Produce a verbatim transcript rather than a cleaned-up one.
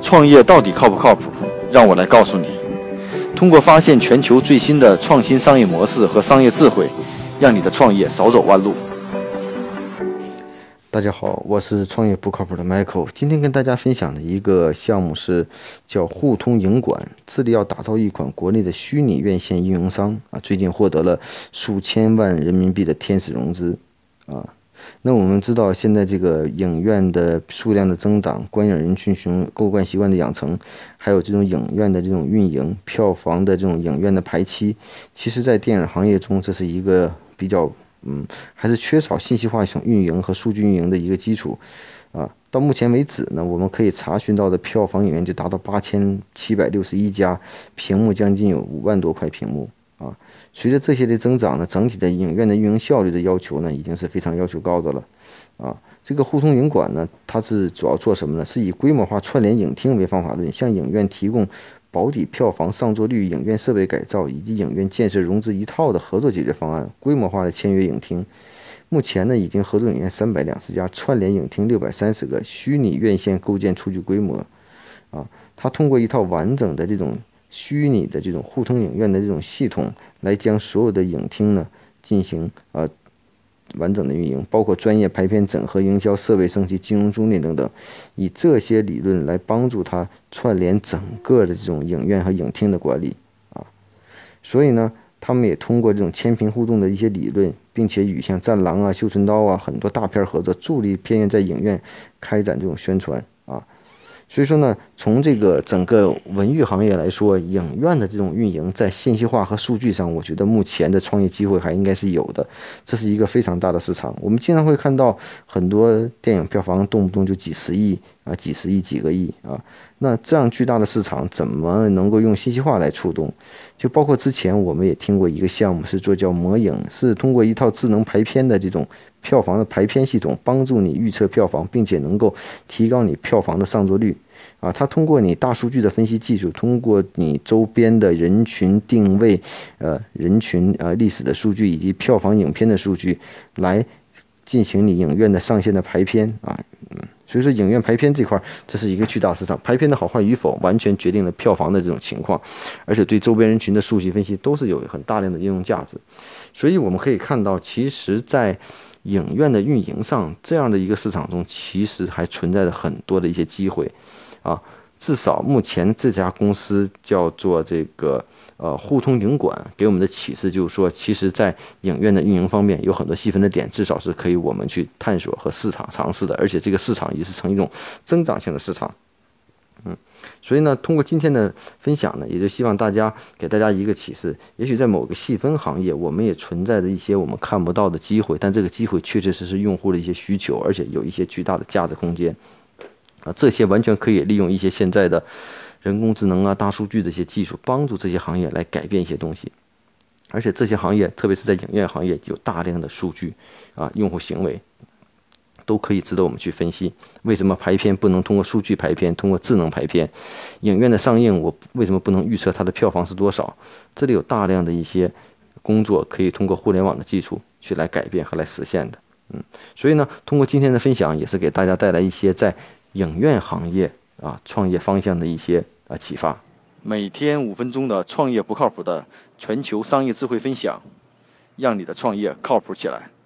创业到底靠不靠谱？让我来告诉你。通过发现全球最新的创新商业模式和商业智慧，让你的创业少走弯路。大家好，我是创业不靠谱的 Michael。今天跟大家分享的一个项目是叫互通营管，致力要打造一款国内的虚拟院线运营商啊，最近获得了数千万人民币的天使融资啊。那我们知道，现在这个影院的数量的增长、观影人群群购观习惯的养成，还有这种影院的这种运营、票房的这种影院的排期，其实在电影行业中，这是一个比较嗯，还是缺少信息化性运营和数据运营的一个基础啊。到目前为止呢，我们可以查询到的票房影院就达到八千七百六十一家，屏幕将近有五万多块屏幕。啊，随着这些的增长呢，整体的影院的运营效率的要求呢，已经是非常要求高的了。啊，这个互通营管呢，它是主要做什么呢？是以规模化串联影厅为方法论，向影院提供保底票房、上座率、影院设备改造以及影院建设融资一套的合作解决方案，规模化的签约影厅。目前呢，已经合作影院三百两十家，串联影厅六百三十个，虚拟院线构建初具规模。啊，它通过一套完整的这种虚拟的这种互通影院的这种系统，来将所有的影厅呢进行呃完整的运营，包括专业排片整合、营销、设备升级、金融租赁等等，以这些理论来帮助它串联整个的这种影院和影厅的管理啊。所以呢，他们也通过这种千屏互动的一些理论，并且与像战狼啊、绣春刀啊很多大片合作，助力片院在影院开展这种宣传啊。所以说呢，从这个整个文娱行业来说，影院的这种运营在信息化和数据上，我觉得目前的创业机会还应该是有的，这是一个非常大的市场。我们经常会看到很多电影票房动不动就几十亿啊，几十亿、几个亿啊，那这样巨大的市场怎么能够用信息化来触动？就包括之前我们也听过一个项目是做叫魔影，是通过一套智能排片的这种票房的排片系统，帮助你预测票房，并且能够提高你票房的上座率啊。它通过你大数据的分析技术，通过你周边的人群定位、呃人群呃历史的数据以及票房影片的数据，来进行你影院的上线的排片啊。嗯，所以说影院排片这块，这是一个巨大市场，排片的好坏与否，完全决定了票房的这种情况，而且对周边人群的数据分析都是有很大量的应用价值。所以我们可以看到，其实在影院的运营上，这样的一个市场中，其实还存在着很多的一些机会啊。至少目前这家公司叫做这个呃互通营管，给我们的启示就是说，其实在影院的运营方面有很多细分的点，至少是可以我们去探索和市场尝试的，而且这个市场也是呈一种增长性的市场。嗯，所以呢，通过今天的分享呢，也就希望大家给大家一个启示，也许在某个细分行业，我们也存在着一些我们看不到的机会，但这个机会确确实实用户的一些需求，而且有一些巨大的价值空间啊，这些完全可以利用一些现在的人工智能啊、大数据的一些技术，帮助这些行业来改变一些东西。而且这些行业，特别是在影院行业，有大量的数据啊、用户行为，都可以值得我们去分析。为什么排片不能通过数据排片，通过智能排片？影院的上映，我为什么不能预测它的票房是多少？这里有大量的一些工作可以通过互联网的技术去来改变和来实现的。嗯，所以呢，通过今天的分享，也是给大家带来一些在影院行业啊创业方向的一些啊启发。每天五分钟的创业不靠谱的全球商业智慧分享，让你的创业靠谱起来。